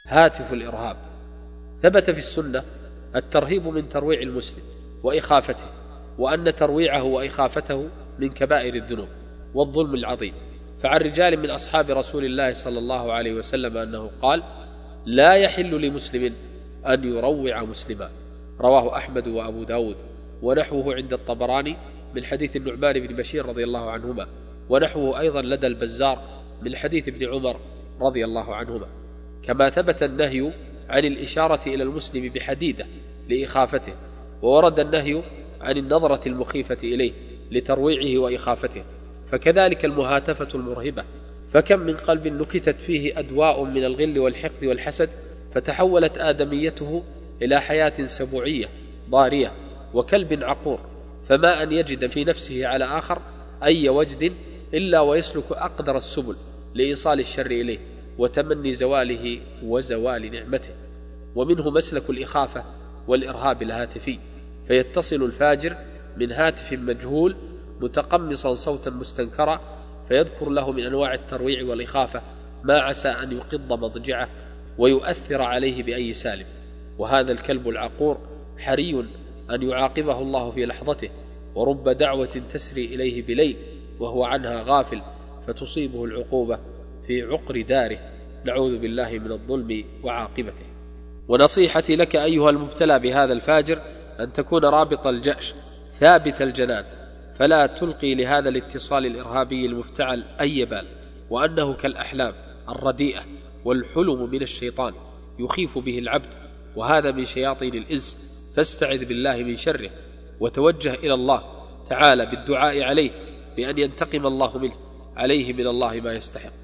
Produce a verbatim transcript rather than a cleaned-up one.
هاتف الإرهاب. ثبت في السنة الترهيب من ترويع المسلم وإخافته، وأن ترويعه وإخافته من كبائر الذنوب والظلم العظيم. فعن رجال من أصحاب رسول الله صلى الله عليه وسلم أنه قال: لا يحل لمسلم أن يروع مسلما. رواه أحمد وأبو داود، ونحوه عند الطبراني من حديث النعمان بن بشير رضي الله عنهما، ونحوه أيضا لدى البزار من حديث ابن عمر رضي الله عنهما. كما ثبت النهي عن الإشارة إلى المسلم بحديدة لإخافته، وورد النهي عن النظرة المخيفة إليه لترويعه وإخافته، فكذلك المهاتفة المرهبة. فكم من قلب نكتت فيه أدواء من الغل والحقد والحسد، فتحولت آدميته إلى حياة سبوعية ضارية وكلب عقور، فما أن يجد في نفسه على آخر أي وجد إلا ويسلك أقدر السبل لإيصال الشر إليه وتمني زواله وزوال نعمته. ومنه مسلك الإخافة والإرهاب الهاتفي، فيتصل الفاجر من هاتف مجهول متقمصا صوتا مستنكرا، فيذكر له من أنواع الترويع والإخافة ما عسى أن يقض مضجعه ويؤثر عليه بأي سالم. وهذا الكلب العقور حري أن يعاقبه الله في لحظته، ورب دعوة تسري إليه بليل وهو عنها غافل فتصيبه العقوبة في عقر داره، نعوذ بالله من الظلم وعاقبته. ونصيحتي لك أيها المبتلى بهذا الفاجر أن تكون رابط الجأش ثابت الجنان، فلا تلقي لهذا الاتصال الإرهابي المفتعل أي بال، وأنه كالأحلام الرديئة والحلم من الشيطان يخيف به العبد، وهذا من شياطين الإنس، فاستعذ بالله من شره، وتوجه إلى الله تعالى بالدعاء عليه بأن ينتقم الله منه، عليه من الله ما يستحق.